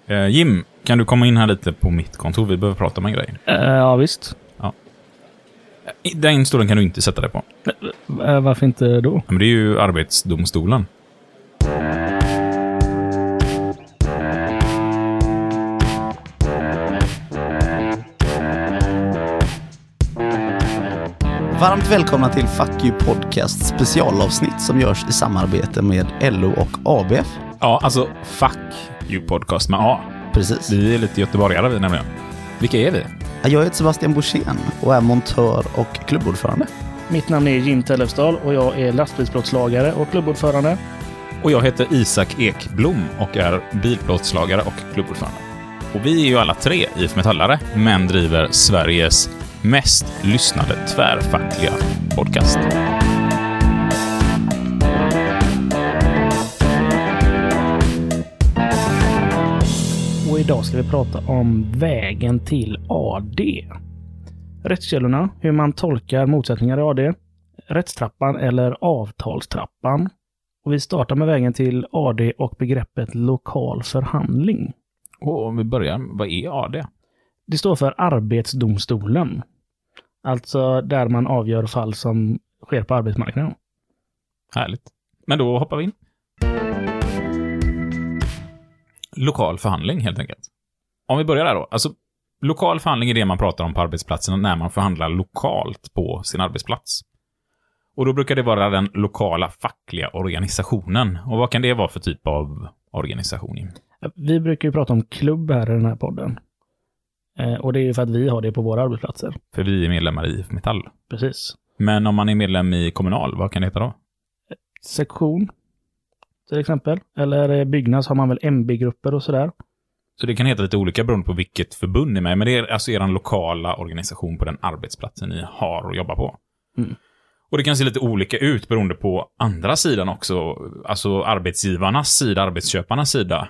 Jim, kan du komma in här lite på mitt kontor? Vi behöver prata om en grej. Ja, visst. Ja. Den stolen kan du inte sätta dig på. Varför inte då? Men det är ju arbetsdomstolen. Varmt välkomna till Fuck You Podcast specialavsnitt som görs i samarbete med LO och ABF. Ja, alltså Fuck You Podcast med A. Precis. Vi är lite göteborgare vi nämligen. Vilka är vi? Jag heter Sebastian Borssén och är montör och klubbordförande. Mitt namn är Jim Tellefsdal och jag är lastbilsplåtslagare och klubbordförande. Och jag heter Isak Ekblom och är bilplåtslagare och klubbordförande. Och vi är ju alla tre IF Metallare, men driver Sveriges mest lyssnade tvärfackliga podcast. Och idag ska vi prata om vägen till AD. Rättskällorna, hur man tolkar motsättningar i AD, rättstrappan eller avtalstrappan. Och vi startar med vägen till AD och begreppet lokal förhandling. Och om vi börjar, vad är AD? Det står för Arbetsdomstolen. Alltså där man avgör fall som sker på arbetsmarknaden. Härligt. Men då hoppar vi in. Lokal förhandling helt enkelt. Om vi börjar där då. Alltså, lokal förhandling är det man pratar om på arbetsplatsen när man förhandlar lokalt på sin arbetsplats. Och då brukar det vara den lokala fackliga organisationen. Och vad kan det vara för typ av organisation? Vi brukar ju prata om klubb här i den här podden. Och det är ju för att vi har det på våra arbetsplatser. För vi är medlemmar i IF Metall. Precis. Men om man är medlem i Kommunal, vad kan det heta då? Sektion till exempel. Eller Byggnads har man väl MB-grupper och sådär. Så det kan heta lite olika beroende på vilket förbund ni är med. Men det är alltså er lokala organisation på den arbetsplatsen ni har att jobba på. Mm. Och det kan se lite olika ut beroende på andra sidan också. Alltså arbetsgivarnas sida, arbetsköparnas sida.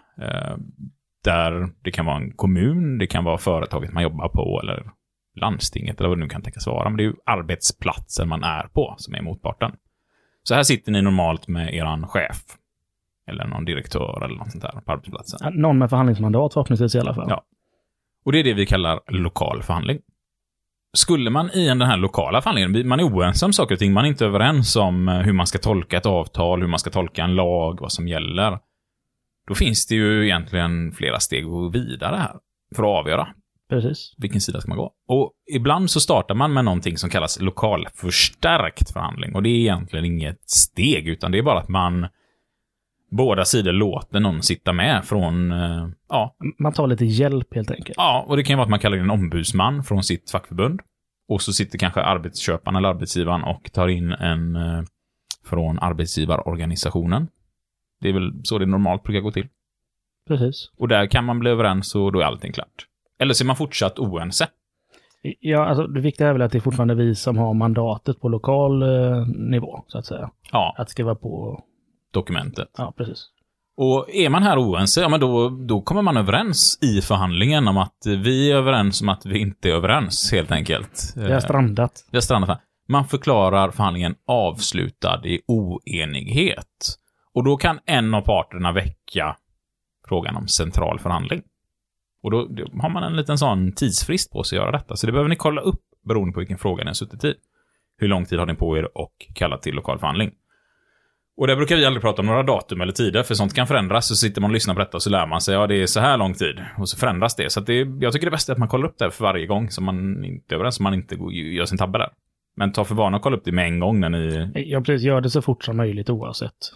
Där det kan vara en kommun, det kan vara företaget man jobbar på eller landstinget eller vad det nu kan tänkas vara. Men det är ju arbetsplatsen man är på som är motparten. Så här sitter ni normalt med eran chef eller någon direktör eller något sånt där på arbetsplatsen. Ja, någon med förhandlingsmandat förhoppningsvis i alla fall. Ja. Och det är det vi kallar lokal förhandling. Skulle man i den här lokala förhandlingen, man är oense om saker och ting, man är inte överens om hur man ska tolka ett avtal, hur man ska tolka en lag, vad som gäller. Då finns det ju egentligen flera steg att gå vidare här för att avgöra. Precis. Vilken sida ska man gå? Och ibland så startar man med någonting som kallas lokalförstärkt förhandling. Och det är egentligen inget steg utan det är bara att man båda sidor låter någon sitta med från, Man tar lite hjälp helt enkelt. Ja, och det kan ju vara att man kallar in en ombudsman från sitt fackförbund. Och så sitter kanske arbetsköparen eller arbetsgivaren och tar in en från arbetsgivarorganisationen. Det är väl så det normalt brukar gå till. Precis. Och där kan man bli överens och då är allting klart. Eller så är man fortsatt oense. Ja, alltså det viktiga är väl att det är fortfarande vi som har mandatet på lokal nivå, så att säga. Ja. Att skriva på Dokumentet. Ja, precis. Och är man här oense, ja men då kommer man överens i förhandlingen om att vi är överens om att vi inte är överens, helt enkelt. Det har strandat. Det har strandat. Man förklarar förhandlingen avslutad i oenighet. Och då kan en av parterna väcka frågan om central förhandling. Och då har man en liten sån tidsfrist på sig att göra detta. Så det behöver ni kolla upp beroende på vilken fråga ni har suttit i. Hur lång tid har ni på er och kalla till lokal förhandling? Och där brukar vi aldrig prata om några datum eller tider, för sånt kan förändras. Så sitter man och lyssnar på detta och så lär man sig, ja det är så här lång tid. Och så förändras det. Så att jag tycker det bästa är att man kollar upp det för varje gång så man inte är överens, så man inte gör sin tabbe där. Men ta för vana att kolla upp det med en gång när ni... Ja, precis. Gör det så fort som möjligt oavsett.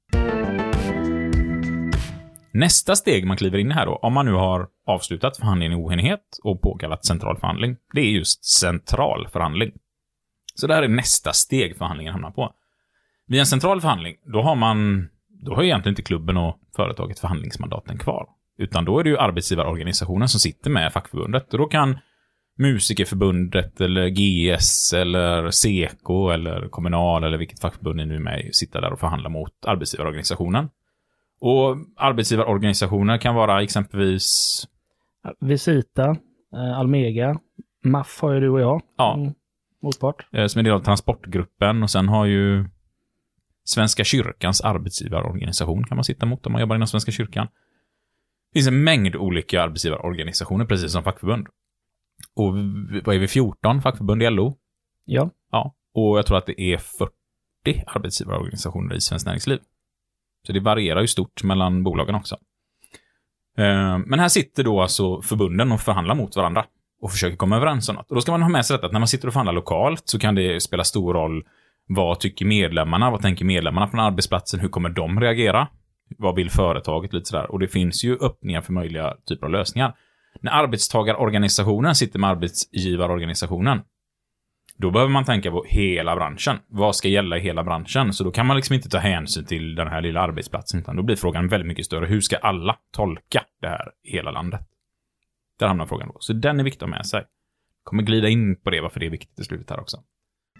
Nästa steg man kliver in i här då, om man nu har avslutat förhandlingen i oenighet och påkallat central förhandling, det är just central förhandling. Så det här är nästa steg förhandlingen hamnar på. Vid en central förhandling, då har egentligen inte klubben och företaget förhandlingsmandaten kvar. Utan då är det ju arbetsgivarorganisationen som sitter med fackförbundet. Och då kan Musikerförbundet eller GS eller Seko eller Kommunal eller vilket fackförbund ni nu är med sitta där och förhandla mot arbetsgivarorganisationen. Och arbetsgivarorganisationer kan vara exempelvis Visita, Almega, MAF har ju du och jag. Ja. Motpart. Som är del av transportgruppen. Och sen har ju Svenska kyrkans arbetsgivarorganisation kan man sitta mot om man jobbar inom Svenska kyrkan. finns en mängd olika arbetsgivarorganisationer, precis som fackförbund. Och vad är vi, 14 fackförbund i LO? Ja. Ja, och jag tror att det är 40 arbetsgivarorganisationer i Svenskt Näringsliv. Så det varierar ju stort mellan bolagen också. Men här sitter då alltså förbunden och förhandlar mot varandra och försöker komma överens om något. Och då ska man ha med sig detta att när man sitter och förhandlar lokalt så kan det spela stor roll vad tycker medlemmarna, vad tänker medlemmarna från arbetsplatsen, hur kommer de reagera, vad vill företaget, lite sådär. Och det finns ju öppningar för möjliga typer av lösningar. När arbetstagarorganisationen sitter med arbetsgivarorganisationen, då behöver man tänka på hela branschen. Vad ska gälla i hela branschen? Så då kan man liksom inte ta hänsyn till den här lilla arbetsplatsen, utan då blir frågan väldigt mycket större. Hur ska alla tolka det här i hela landet? Där hamnar frågan då. Så den är viktig att ha med sig. Kommer glida in på det, varför det är viktigt i slutet här också.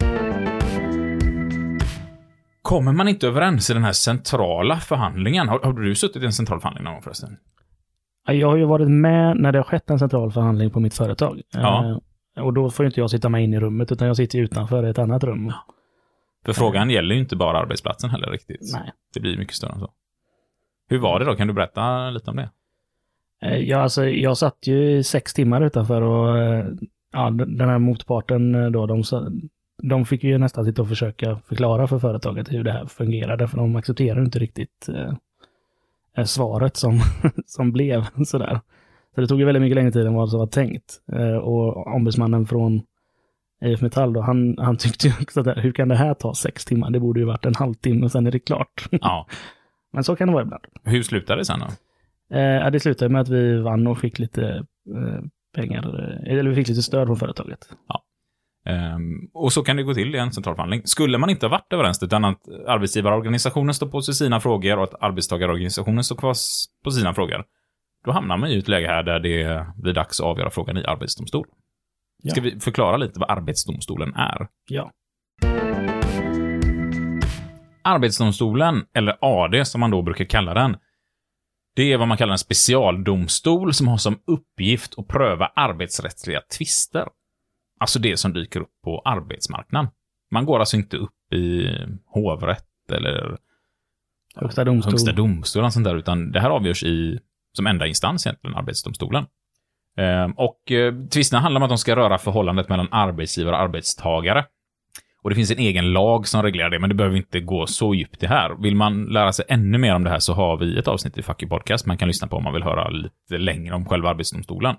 Kommer man inte överens i den här centrala förhandlingen? Har du suttit i en central förhandling någon gång förresten? Jag har ju varit med när det har skett en central förhandling på mitt företag. Ja. Och då får inte jag sitta med in i rummet, utan jag sitter utanför ett annat rum. För frågan gäller ju inte bara arbetsplatsen heller riktigt. Nej. Det blir mycket större än så. Hur var det då? Kan du berätta lite om det? Ja, alltså, jag satt ju 6 timmar utanför och ja, den här motparten då, de fick ju nästan sitta och försöka förklara för företaget hur det här fungerade, för de accepterar inte riktigt svaret som blev sådär. Så det tog ju väldigt mycket längre tid än vad som var tänkt. Och ombudsmannen från IF Metall då, han tyckte ju också att hur kan det här ta 6 timmar? Det borde ju varit en halvtimme och sen är det klart. Ja. Men så kan det vara ibland. Hur slutade det sen då? Det slutade med att vi vann och fick lite pengar, eller vi fick lite stöd från företaget. Ja. Och så kan det gå till i en centralförhandling. Skulle man inte ha varit överens, utan att arbetsgivarorganisationen står på sina frågor och att arbetstagarorganisationen står kvar på sina frågor, då hamnar man i ett läge här där det blir dags att avgöra frågan i arbetsdomstol. Ja. Ska vi förklara lite vad arbetsdomstolen är? Ja. Arbetsdomstolen, eller AD som man då brukar kalla den, det är vad man kallar en specialdomstol som har som uppgift att pröva arbetsrättsliga tvister. Alltså det som dyker upp på arbetsmarknaden. Man går alltså inte upp i hovrätt eller Högsta domstol och sånt där, utan det här avgörs som enda instans egentligen, arbetsdomstolen. Och tvisterna handlar om att de ska röra förhållandet mellan arbetsgivare och arbetstagare. Och det finns en egen lag som reglerar det, men det behöver inte gå så djupt det här. Vill man lära sig ännu mer om det här så har vi ett avsnitt i Fuck You Podcast man kan lyssna på om man vill höra lite längre om själva arbetsdomstolen.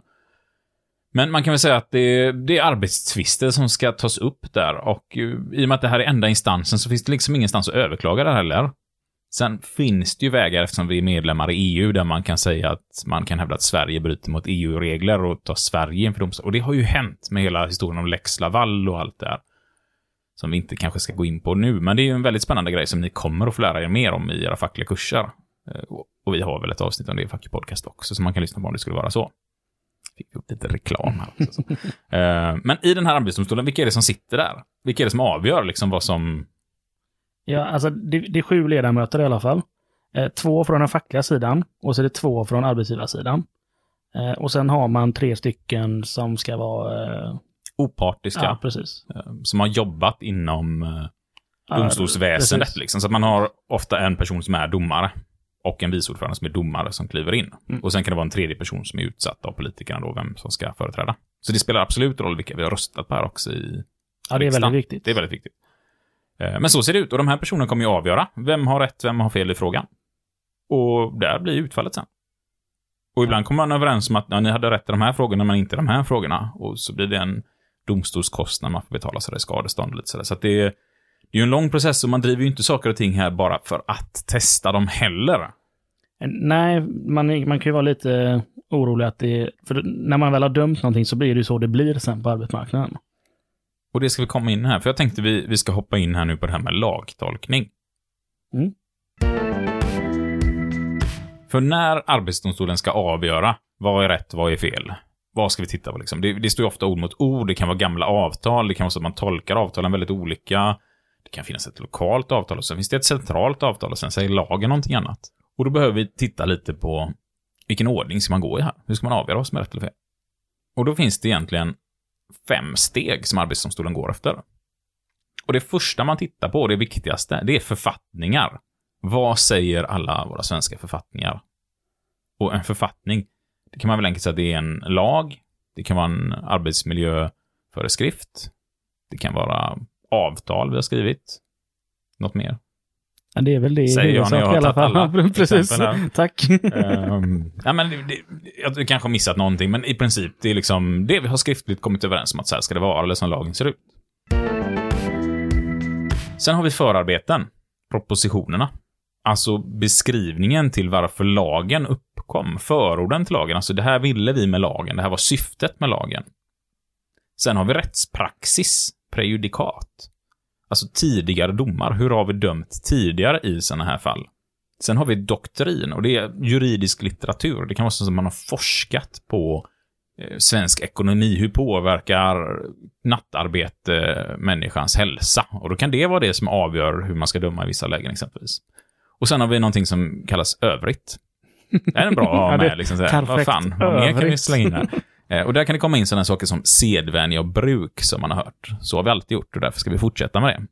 Men man kan väl säga att det är arbetstvister som ska tas upp där, och i och med att det här är enda instansen så finns det liksom ingenstans att överklaga det heller. Sen finns det ju vägar, eftersom vi är medlemmar i EU, där man kan säga att man kan hävda att Sverige bryter mot EU-regler och ta Sverige inför domstol. Och det har ju hänt med hela historien om Lex Laval och allt det här, som vi inte kanske ska gå in på nu. Men det är ju en väldigt spännande grej som ni kommer att få lära er mer om i era fackliga kurser. Och vi har väl ett avsnitt om det i Fuck You Podcast också, så man kan lyssna på om det skulle vara så. Fick upp lite reklam här också. Men i den här arbetsdomstolen, vilka är det som sitter där? Vilka är det som avgör liksom vad som... Ja, alltså det är 7 ledamöter i alla fall. 2 från den fackliga sidan och så är det 2 från arbetsgivarsidan. Och sen har man 3 stycken som ska vara... opartiska. Ja, precis. Som har jobbat inom domstolsväsendet. Precis. Liksom. Så att man har ofta en person som är domare och en vice ordförande som är domare som kliver in. Och sen kan det vara en tredje person som är utsatt av politikerna då, vem som ska företräda. Så det spelar absolut roll vilka vi har röstat på här också i Ja, det är riksdagen. väldigt viktigt. Det är väldigt viktigt. Men så ser det ut, och de här personerna kommer ju avgöra vem har rätt, vem har fel i frågan. Och där blir utfallet sen. Och ibland kommer man överens om att ni hade rätt i de här frågorna men inte de här frågorna. Och så blir det en domstolskostnad man får betala sig, det skadestånd och lite sådär. Så att det är ju en lång process, och man driver ju inte saker och ting här bara för att testa dem heller. Nej, man kan ju vara lite orolig att för när man väl har dömt någonting så blir det ju så det blir sen på arbetsmarknaden. Och det ska vi komma in här, för jag tänkte vi ska hoppa in här nu på det här med lagtolkning. Mm. För när arbetsdomstolen ska avgöra vad är rätt, vad är fel, vad ska vi titta på liksom? Det står ju ofta ord mot ord, det kan vara gamla avtal, det kan vara så att man tolkar avtalen väldigt olika. Det kan finnas ett lokalt avtal och sen finns det ett centralt avtal och sen säger lagen någonting annat. Och då behöver vi titta lite på vilken ordning ska man gå i här? Hur ska man avgöra vad som är rätt eller fel? Och då finns det egentligen 5 steg som arbetsdomstolen går efter. Och det första man tittar på, det viktigaste, det är författningar. Vad säger alla våra svenska författningar Och en författning, det kan man väl enkelt säga att det är en lag, det kan vara en arbetsmiljöföreskrift, det kan vara avtal vi har skrivit, något mer. Ja, det är väl det säger jag när jag har tagit alla. Precis, tack. Ja, men jag kanske har missat någonting, men i princip det är liksom det vi har skriftligt kommit överens om att så här ska det vara, eller som lagen ser ut. Sen har vi förarbeten, propositionerna. Alltså beskrivningen till varför lagen uppkom, förorden till lagen. Alltså det här ville vi med lagen, det här var syftet med lagen. Sen har vi rättspraxis, prejudikat. Alltså tidigare domar, hur har vi dömt tidigare i sådana här fall? Sen har vi doktrin, och det är juridisk litteratur. Det kan vara så att man har forskat på svensk ekonomi. Hur påverkar nattarbete människans hälsa? Och då kan det vara det som avgör hur man ska döma i vissa lägen exempelvis. Och sen har vi någonting som kallas övrigt. Det är en bra att ha med. Liksom, så vad fan, vad mer kan vi slänga in här? Och där kan det komma in sådana saker som sedvänja och bruk som man har hört. Så har vi alltid gjort och därför ska vi fortsätta med det.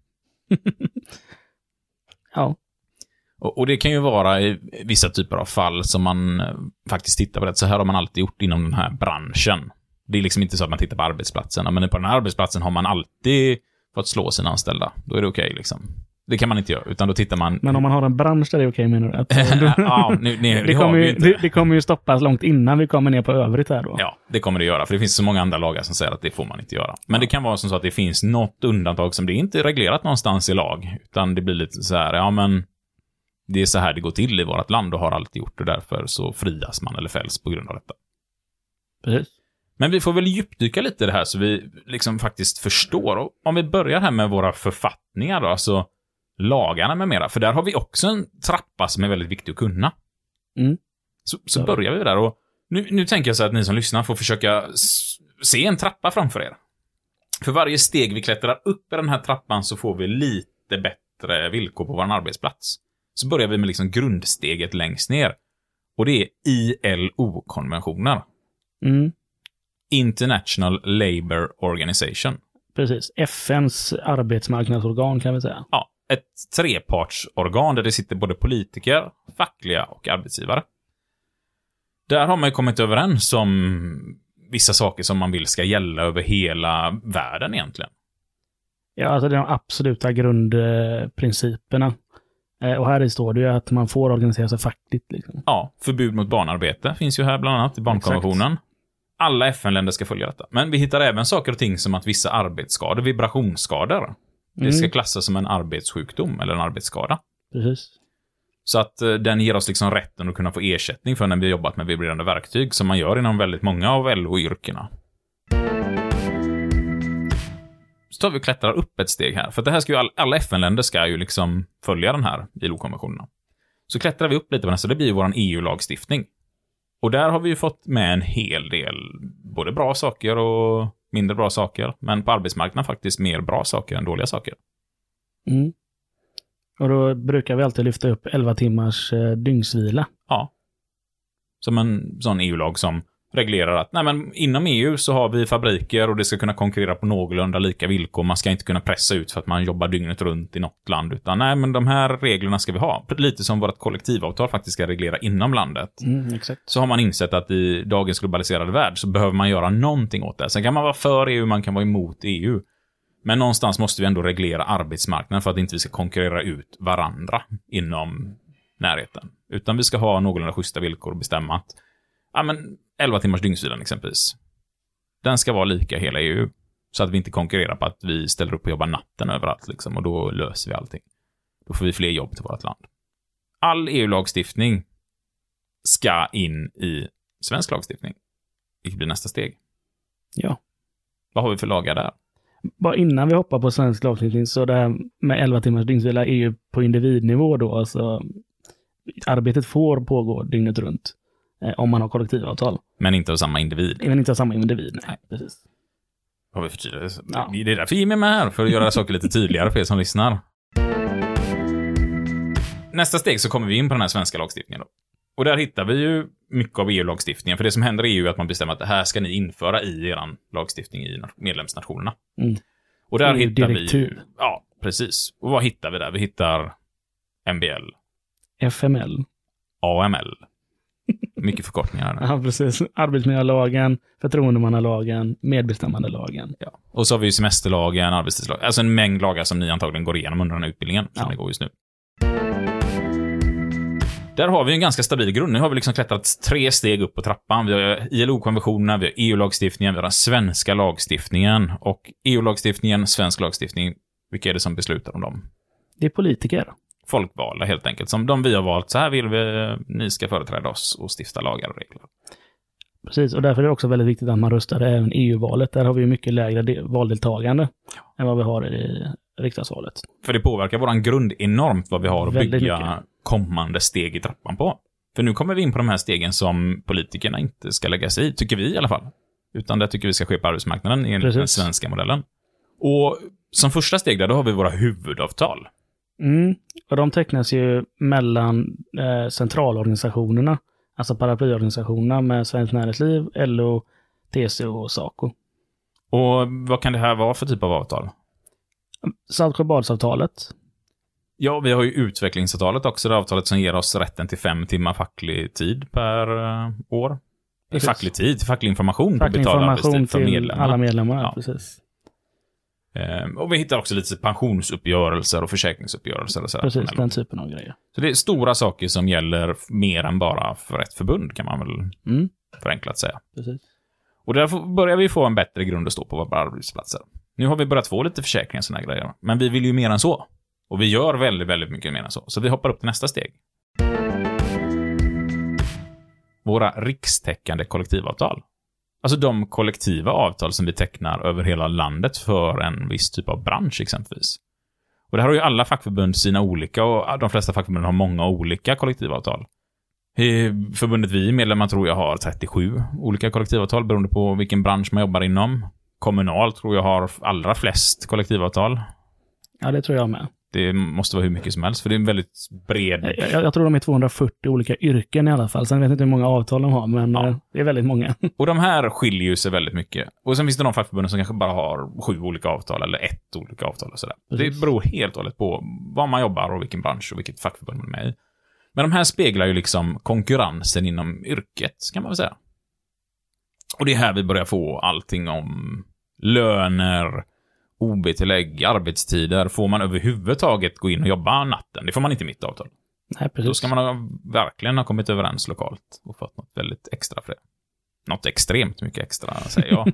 Ja. Och det kan ju vara i vissa typer av fall som man faktiskt tittar på det. Så här har man alltid gjort inom den här branschen. Det är liksom inte så att man tittar på arbetsplatsen. Men på den här arbetsplatsen har man alltid fått slå sina anställda. Då är det okej liksom. Det kan man inte göra, utan då tittar man... Men om man har en bransch där det är okej, menar du? Att, ja, det kommer ju stoppas långt innan vi kommer ner på övrigt här då. Ja, det kommer det göra, för det finns så många andra lagar som säger att det får man inte göra. Men det kan vara som så att det finns något undantag som det inte är reglerat någonstans i lag, utan det blir lite så här, ja men det är så här det går till i vårt land och har alltid gjort, och därför så frias man eller fälls på grund av detta. Precis. Men vi får väl djupdyka lite i det här så vi liksom faktiskt förstår. Och om vi börjar här med våra författningar då, alltså lagarna med mera. För där har vi också en trappa som är väldigt viktig att kunna. Så börjar vi där. Och nu tänker jag så att ni som lyssnar får försöka se en trappa framför er. För varje steg vi klättrar upp i den här trappan så får vi lite bättre villkor på vår arbetsplats. Så börjar vi med liksom grundsteget längst ner. Och det är ILO-konventioner. International Labour Organization. Precis. FNs arbetsmarknadsorgan kan vi säga. Ja, ett trepartsorgan där det sitter både politiker, fackliga och arbetsgivare. Där har man ju kommit överens om vissa saker som man vill ska gälla över hela världen egentligen. Ja, alltså de absoluta grundprinciperna. Och här står det ju att man får organisera sig fackligt. Liksom. Ja, förbud mot barnarbete finns ju här bland annat i barnkonventionen. Exakt. Alla FN-länder ska följa detta. Men vi hittar även saker och ting som att vissa arbetsskador, vibrationsskador, det ska klassas som en arbetssjukdom eller en arbetsskada. Precis. Så att den ger oss liksom rätten att kunna få ersättning för när vi har jobbat med vibrerande verktyg som man gör inom väldigt många av LO-yrkena. Så tar vi och klättrar upp ett steg här. För det här ska ju alla FN-länder ska ju liksom följa den här ILO-konventionen. Så klättrar vi upp lite på den, så det blir ju våran EU-lagstiftning. Och där har vi ju fått med en hel del både bra saker och mindre bra saker. Men på arbetsmarknaden faktiskt mer bra saker än dåliga saker. Och då brukar vi alltid lyfta upp 11 timmars dygnsvila. Ja. Som en sån EU-lag som reglerar att nej, men inom EU så har vi fabriker och det ska kunna konkurrera på någorlunda lika villkor. Man ska inte kunna pressa ut för att man jobbar dygnet runt i något land, utan nej, men de här reglerna ska vi ha. Lite som vårt kollektivavtal faktiskt ska reglera inom landet. Exakt. Så har man insett att i dagens globaliserade värld så behöver man göra någonting åt det. Sen kan man vara för EU, man kan vara emot EU. Men någonstans måste vi ändå reglera arbetsmarknaden för att inte vi ska konkurrera ut varandra inom närheten. Utan vi ska ha någorlunda schyssta villkor och bestämma att ja, men 11 timmars dygnsvilan exempelvis. Den ska vara lika hela EU. Så att vi inte konkurrerar på att vi ställer upp och jobbar natten överallt. Liksom, och då löser vi allting. Då får vi fler jobb till vårt land. All EU-lagstiftning ska in i svensk lagstiftning. Det blir nästa steg. Ja. Vad har vi för lagar där? Bara innan vi hoppar på svensk lagstiftning, så det här med 11 timmars dygnsvila är ju på individnivå då. Alltså, arbetet får pågå dygnet runt. Om man har kollektivavtal. Men inte av samma individ. Men inte av samma individ, nej. Precis. Har vi för tydligt? Ja. Det är därför Jimmy är med här, för att göra saker lite tydligare för er som lyssnar. Nästa steg så kommer vi in på den här svenska lagstiftningen då. Och där hittar vi ju mycket av EU-lagstiftningen. För det som händer i EU är att man bestämmer att det här ska ni införa i er lagstiftning i medlemsnationerna. Och där hittar vi... Ja, precis. Och vad hittar vi där? Vi hittar MBL. FML. AML. Mycket förkortningar. Ja, precis. Arbetsmiljölagen, förtroendemannalagen, medbestämmandelagen. Ja. Och så har vi ju semesterlagen, arbetstidslagen. Alltså en mängd lagar som ni antagligen går igenom under den här utbildningen som ni går just nu. Där har vi en ganska stabil grund. Nu har vi liksom klättrat 3 steg upp på trappan. Vi har ILO-konventionerna, vi har EU-lagstiftningen, vi har den svenska lagstiftningen. Och EU-lagstiftningen, svensk lagstiftning, vilka är det som beslutar om dem? Det är politiker. Folkvalda helt enkelt. Som de vi har valt, så här vill vi, ni ska företräda oss och stifta lagar och regler. Precis, och därför är det också väldigt viktigt att man röstar även EU-valet. Där har vi mycket lägre valdeltagande än vad vi har i riksdagsvalet. För det påverkar våran grund enormt vad vi har att väldigt bygga mycket. Kommande steg i trappan på. För nu kommer vi in på de här stegen som politikerna inte ska lägga sig i, tycker vi i alla fall. Utan det tycker vi ska ske på arbetsmarknaden enligt den svenska modellen. Och som första steg där, då har vi våra huvudavtal. Och de tecknas ju mellan centralorganisationerna, alltså paraplyorganisationerna med Svenskt Näringsliv, LO, TCO och SACO. Och vad kan det här vara för typ av avtal? Saltsjöbadsavtalet. Ja, vi har ju utvecklingsavtalet också, det avtalet som ger oss rätten till 5 timmar facklig tid per år. Facklig tid, facklig information på betald arbetstid för medlemmar. Alla medlemmar, ja. Precis. Och vi hittar också lite pensionsuppgörelser och försäkringsuppgörelser. Och så precis, den typen av grejer. Så det är stora saker som gäller mer än bara för ett förbund, kan man väl förenklat säga. Precis. Och därför börjar vi få en bättre grund att stå på våra arbetsplatser. Nu har vi börjat få lite försäkringar och såna grejer. Men vi vill ju mer än så. Och vi gör väldigt, väldigt mycket mer än så. Så vi hoppar upp till nästa steg. Våra rikstäckande kollektivavtal. Alltså de kollektiva avtal som vi tecknar över hela landet för en viss typ av bransch exempelvis. Och det här har ju alla fackförbund sina olika, och de flesta fackförbund har många olika kollektivavtal. Förbundet vi medlemmar tror jag har 37 olika kollektivavtal beroende på vilken bransch man jobbar inom. Kommunal tror jag har allra flest kollektivavtal. Ja, det tror jag med. Det måste vara hur mycket som helst, för det är en väldigt bred... Jag tror de är 240 olika yrken i alla fall. Sen vet jag inte hur många avtal de har, men det är väldigt många. Och de här skiljer ju sig väldigt mycket. Och sen finns det de fackförbund som kanske bara har 7 olika avtal eller 1 olika avtal och sådär. Det beror helt och hållet på var man jobbar och vilken bransch och vilket fackförbund man är med i. Men de här speglar ju liksom konkurrensen inom yrket, kan man väl säga. Och det är här vi börjar få allting om löner, OB-tillägg, arbetstider. Får man överhuvudtaget gå in och jobba natten? Det får man inte i mitt avtal. Nej, precis. Då ska man verkligen ha kommit överens lokalt och fått något väldigt extra för det. Något extremt mycket extra, säger jag.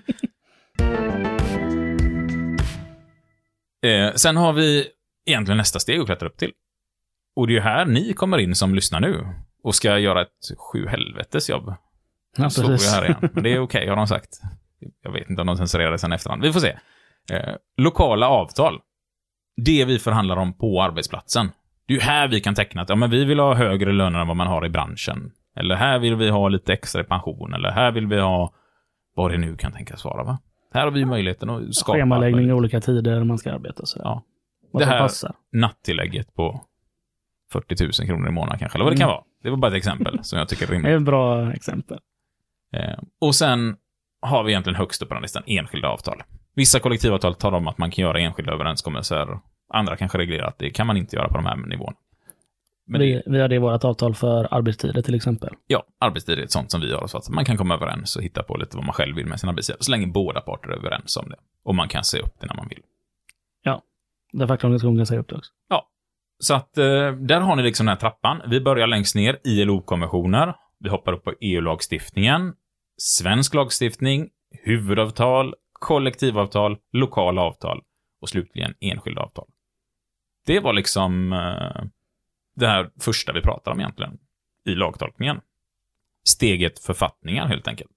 Sen har vi egentligen nästa steg att klättra upp till. Och det är ju här ni kommer in som lyssnar nu och ska göra ett 7-helvetes jobb. Ja, precis. Här igen. Men det är okej, har de sagt. Jag vet inte om de censurerar det sen efterhand. Vi får se. Lokala avtal. Det vi förhandlar om på arbetsplatsen. Det är ju här vi kan teckna att men vi vill ha högre löner än vad man har i branschen. Eller här vill vi ha lite extra pension. Eller här vill vi ha vad det nu kan tänkas vara, va? Här har vi möjligheten att skapa... Schemaläggning i olika tider man ska arbeta. Så. Ja. Vad det här passar. Nattillägget på 40 000 kronor i månaden kanske. Eller vad det kan vara. Det var bara ett exempel som jag tycker är rimligt. Det är ett bra exempel. Och sen har vi egentligen högst upp på den listan enskilda avtal. Vissa kollektivavtal tar om att man kan göra enskilda överenskommelser. Andra kanske reglerar att det kan man inte göra på de här nivåerna. Men vi har det i vårt avtal för arbetstider till exempel. Ja, arbetstid är ett sånt som vi har. Så att man kan komma överens och hitta på lite vad man själv vill med sin arbetsgivare. Så länge båda parter är överens om det. Och man kan se upp det när man vill. Ja, där fackliga organisationen kan säga upp det också. Ja, så att där har ni liksom den här trappan. Vi börjar längst ner, ILO-konventioner. Vi hoppar upp på EU-lagstiftningen. Svensk lagstiftning, huvudavtal, kollektivavtal, lokala avtal och slutligen enskilda avtal. Det var liksom det här första vi pratar om egentligen i lagtolkningen. Steget författningar helt enkelt.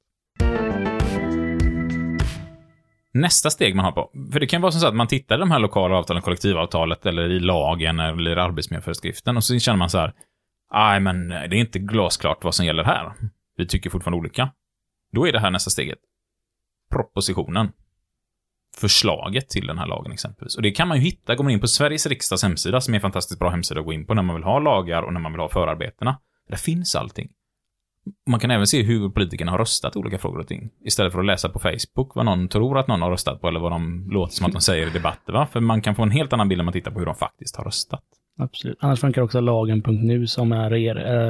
Nästa steg man har på, för det kan vara så att man tittar i de här lokala avtalen, kollektivavtalet eller i lagen eller i arbetsmiljöföreskriften och så känner man så här, nej men det är inte glasklart vad som gäller här. Vi tycker fortfarande olika. Då är det här nästa steget. Propositionen. Förslaget till den här lagen exempelvis. Och det kan man ju hitta, går man in på Sveriges riksdags hemsida som är en fantastiskt bra hemsida att gå in på när man vill ha lagar och när man vill ha förarbetena. Där finns allting. Man kan även se hur politikerna har röstat olika frågor och ting. Istället för att läsa på Facebook vad någon tror att någon har röstat på eller vad de låter som att de säger i debatter, va? För man kan få en helt annan bild när man tittar på hur de faktiskt har röstat. Absolut. Annars funkar också lagen.nu som är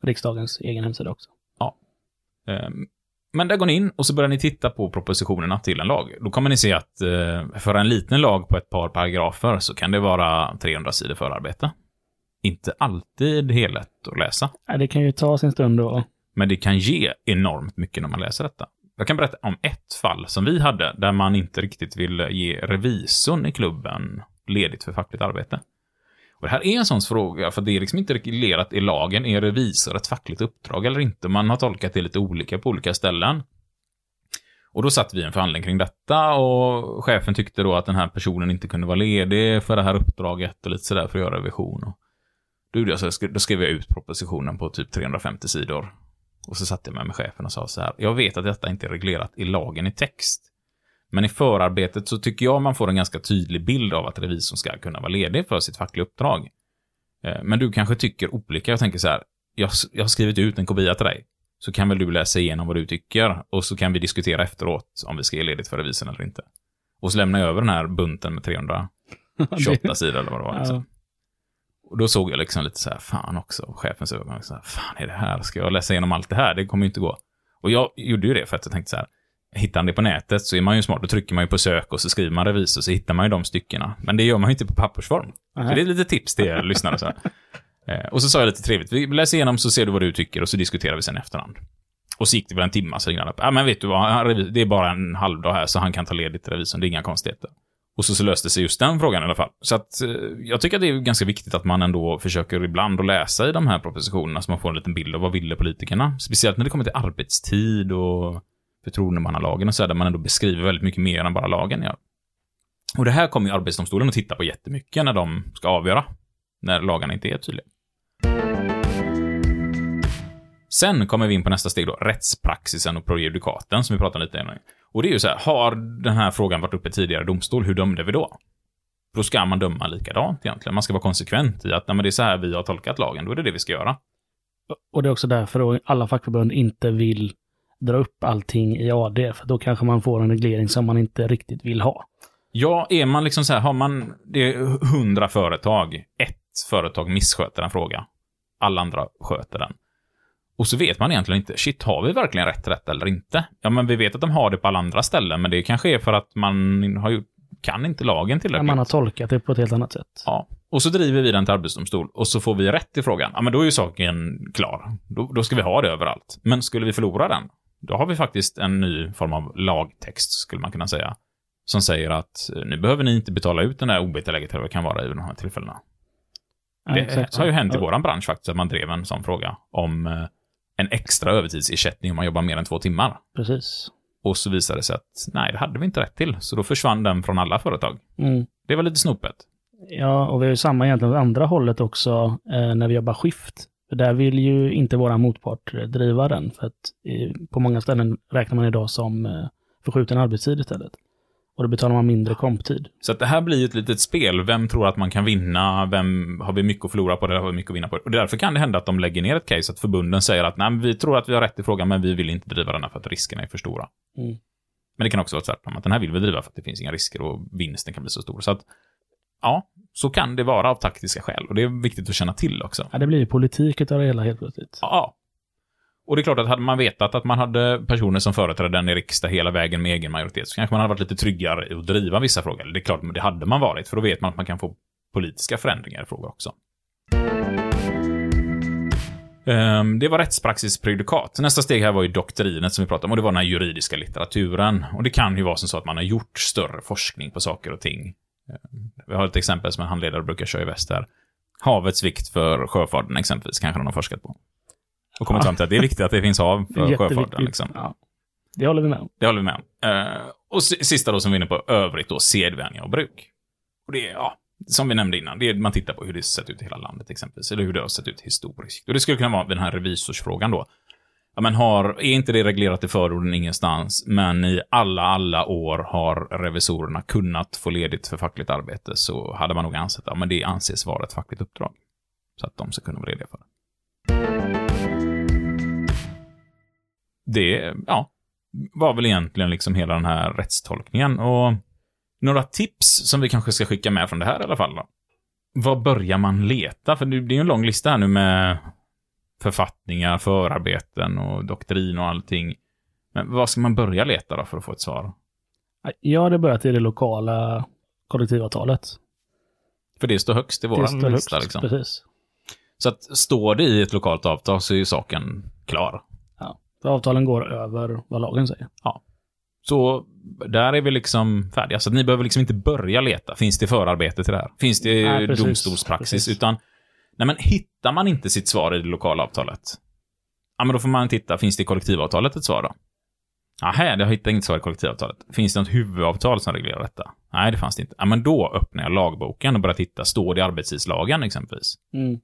riksdagens egen hemsida också. Ja. Men där går ni in och så börjar ni titta på propositionerna till en lag. Då kommer ni se att för en liten lag på ett par paragrafer så kan det vara 300 sidor förarbete. Inte alltid helt lätt att läsa. Ja, det kan ju ta sin stund då. Men det kan ge enormt mycket när man läser detta. Jag kan berätta om ett fall som vi hade där man inte riktigt ville ge revisorn i klubben ledigt för fackligt arbete. Och det här är en sån fråga, för det är liksom inte reglerat i lagen. Är revisor ett fackligt uppdrag eller inte? Man har tolkat det lite olika på olika ställen. Och då satt vi i en förhandling kring detta och chefen tyckte då att den här personen inte kunde vara ledig för det här uppdraget och lite sådär för att göra revision. Och då skrev jag ut propositionen på typ 350 sidor. Och så satt jag med chefen och sa så här: jag vet att detta inte är reglerat i lagen i text. Men i förarbetet så tycker jag man får en ganska tydlig bild av att revisorn ska kunna vara ledig för sitt fackliga uppdrag. Men du kanske tycker olika. Jag tänker så här: jag har skrivit ut en kopia till dig. Så kan väl du läsa igenom vad du tycker. Och så kan vi diskutera efteråt om vi ska ge ledigt för revisorn eller inte. Och så lämnar jag över den här bunten med 328 sidor eller vad det var. Liksom. Och då såg jag liksom lite så här, fan också, chefens ögon, så här, fan är det här? Ska jag läsa igenom allt det här? Det kommer ju inte gå. Och jag gjorde ju det för att jag tänkte så här, hittar man det på nätet så är man ju smart. Då trycker man ju på sök och så skriver man revisor så hittar man ju de styckena. Men det gör man ju inte på pappersform. Så det är lite tips till er lyssnare. Så här. Och så sa jag lite trevligt, vi läser igenom så ser du vad du tycker och så diskuterar vi sen efterhand. Och så gick det väl en timme så ringde han upp. Men vet du vad, det är bara en halvdag här så han kan ta ledigt revisorn, det är inga konstigheter. Och så löste sig just den frågan i alla fall. Så att jag tycker att det är ganska viktigt att man ändå försöker ibland att läsa i de här propositionerna så man får en liten bild av vad ville politikerna. Speciellt när det kommer till arbetstid och förtroendemannalagen och så där man ändå beskriver väldigt mycket mer än bara lagen gör. Och det här kommer ju Arbetsdomstolen att titta på jättemycket när de ska avgöra. När lagarna inte är tydliga. Sen kommer vi in på nästa steg då, rättspraxisen och prejudikaten som vi pratade lite om. Och det är ju så här, har den här frågan varit uppe tidigare i domstol, hur dömde vi då? Då ska man döma likadant egentligen. Man ska vara konsekvent i att när det är så här vi har tolkat lagen, då är det vi ska göra. Och det är också därför alla fackförbund inte vill dra upp allting i AD, för då kanske man får en reglering som man inte riktigt vill ha. Ja, är man liksom så här, har man det är 100 företag, ett företag missköter en fråga, alla andra sköter den. Och så vet man egentligen inte, shit, har vi verkligen rätt eller inte? Ja, men vi vet att de har det på alla andra ställen, men det kanske är för att man kan inte lagen tillräckligt. Man har tolkat det på ett helt annat sätt. Ja, och så driver vi den till Arbetsdomstol och så får vi rätt i frågan. Ja, men då är ju saken klar. Då ska vi ha det överallt. Men skulle vi förlora den, då har vi faktiskt en ny form av lagtext, skulle man kunna säga, som säger att nu behöver ni inte betala ut den där OB-tillägget eller vad det kan vara i de här tillfällena. Ja, det har ju hänt i våran bransch faktiskt att man drev en sån fråga om en extra övertidsersättning om man jobbar mer än 2 timmar. Precis. Och så visade det sig att nej, det hade vi inte rätt till. Så då försvann den från alla företag. Mm. Det var lite snopet. Ja, och vi har ju samma egentligen åt andra hållet också när vi jobbar skift. För där vill ju inte våra motpart driva den. För att på många ställen räknar man idag som förskjuten arbetstid istället. Och då betalar man mindre komptid. Så att det här blir ett litet spel. Vem tror att man kan vinna? Vem har vi mycket att förlora på det? Har vi mycket att vinna på det? Och därför kan det hända att de lägger ner ett case. Att förbunden säger att nej, vi tror att vi har rätt i frågan, men vi vill inte driva den här för att riskerna är för stora. Mm. Men det kan också vara tvärtom. Att den här vill vi driva för att det finns inga risker och vinsten kan bli så stor. Så att ja, så kan det vara av taktiska skäl. Och det är viktigt att känna till också. Ja, det blir ju politik utav det hela helt plötsligt. Ja. Och det är klart att hade man vetat att man hade personer som företrädde den i riksdag hela vägen med egen majoritet så kanske man hade varit lite tryggare i att driva vissa frågor. Det är klart, men det hade man varit. För då vet man att man kan få politiska förändringar i frågor också. Det var rättspraxisprejudikat. Nästa steg här var ju doktrinet som vi pratade om. Och det var den här juridiska litteraturen. Och det kan ju vara som så att man har gjort större forskning på saker och ting. Vi har ett exempel som en handledare brukar köra i väst här. Havets vikt för sjöfarten exempelvis kanske någon har forskat på. Och kommit fram till att det är viktigt att det finns hav för sjöfarten. Liksom. Ja, det håller vi med om. Det håller vi med om. Och sista då som vi är inne på, övrigt då, sedvänja och bruk. Och det är, ja, som vi nämnde innan, det är man tittar på hur det sett ut i hela landet exempelvis. Eller hur det har sett ut historiskt. Och det skulle kunna vara den här revisorsfrågan då. Ja, men är inte det reglerat i förorden ingenstans, men i alla år har revisorerna kunnat få ledigt för fackligt arbete, så hade man nog ansett att det anses vara ett fackligt uppdrag. Så att de ska kunna vara lediga för det. Det, ja, var väl egentligen liksom hela den här rättstolkningen. Och några tips som vi kanske ska skicka med från det här i alla fall då. Var börjar man leta? För det är ju en lång lista här nu med författningar, förarbeten och doktrin och allting. Men vad ska man börja leta då för att få ett svar? Jag hade börjat i det lokala kollektivavtalet. För det står högst i våran lista liksom. Precis. Så att står det i ett lokalt avtal så är ju saken klar. Ja, för avtalen går över vad lagen säger. Ja. Så där är vi liksom färdiga. Så att ni behöver liksom inte börja leta. Finns det förarbete till det här? Finns det domstolspraxis? Utan, men hittar man inte sitt svar i det lokala avtalet? Ja, men då får man titta. Finns det i kollektivavtalet ett svar då? Nähä, jag hittar inget svar i kollektivavtalet. Finns det något huvudavtal som reglerar detta? Nej, det fanns det inte. Ja, men då öppnar jag lagboken och börjar titta. Står det i arbetstidslagen exempelvis?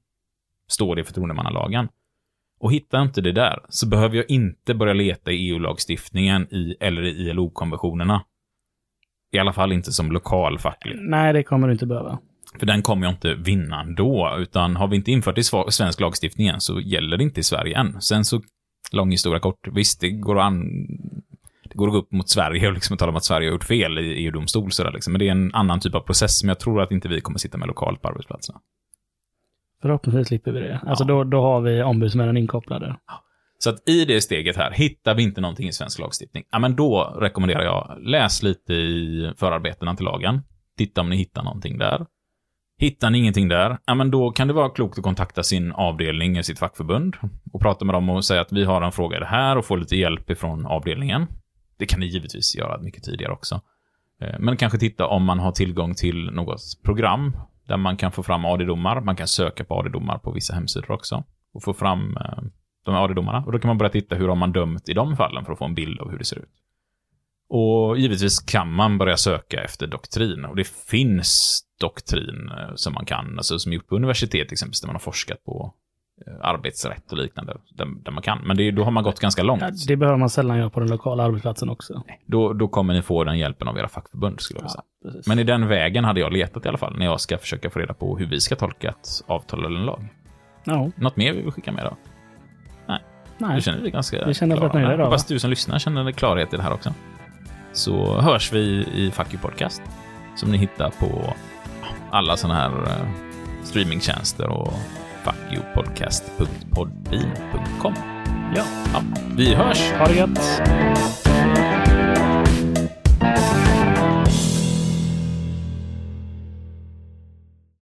Står det i förtroendemannalagen? Och hittar inte det där så behöver jag inte börja leta i EU-lagstiftningen eller i ILO-konventionerna. I alla fall inte som lokalfacklig. Nej, det kommer du inte behöva. För den kommer jag inte vinna då. Utan har vi inte infört det i svensk lagstiftning än så gäller det inte i Sverige än. Sen så, lång historia kort, visst det går att gå upp mot Sverige och liksom tala om att Sverige har gjort fel i EU-domstol. Sådär liksom. Men det är en annan typ av process som jag tror att inte vi kommer sitta med lokalt på arbetsplatserna. Förhoppningsvis slipper vi det. Alltså då har vi ombudsmännen inkopplade. Så att i det steget här, hittar vi inte någonting i svensk lagstiftning, ja men då rekommenderar jag, läs lite i förarbetena till lagen. Titta om ni hittar någonting där. Hittar ni ingenting där, ja men då kan det vara klokt att kontakta sin avdelning i sitt fackförbund och prata med dem och säga att vi har en fråga i det här och få lite hjälp ifrån avdelningen. Det kan ni givetvis göra mycket tidigare också. Men kanske titta om man har tillgång till något program där man kan få fram AD-domar. Man kan söka på AD-domar på vissa hemsidor också och få fram de här AD-domarna. Och då kan man börja titta hur har man dömt i de fallen för att få en bild av hur det ser ut. Och givetvis kan man börja söka efter doktrin. Och det finns doktrin som man kan, alltså som gjort på universitet exempelvis, där man har forskat på arbetsrätt och liknande, där man kan. Men då har man gått ganska långt. Ja, det behöver man sällan göra på den lokala arbetsplatsen också. Då kommer ni få den hjälpen av era fackförbund, skulle jag säga. Precis. Men i den vägen hade jag letat i alla fall, när jag ska försöka få reda på hur vi ska tolka ett avtal eller en lag. Ja. Något mer vi vill skicka med då? Nej. Du känner dig ganska vi känner klar. Nöjda idag. Hoppas du som lyssnar känner klarhet i det här också. Så hörs vi i Fuck You Podcast, som ni hittar på alla såna här streamingtjänster och fuckyoupodcast.podbean.com. Ja. Vi hörs! Ha det gött!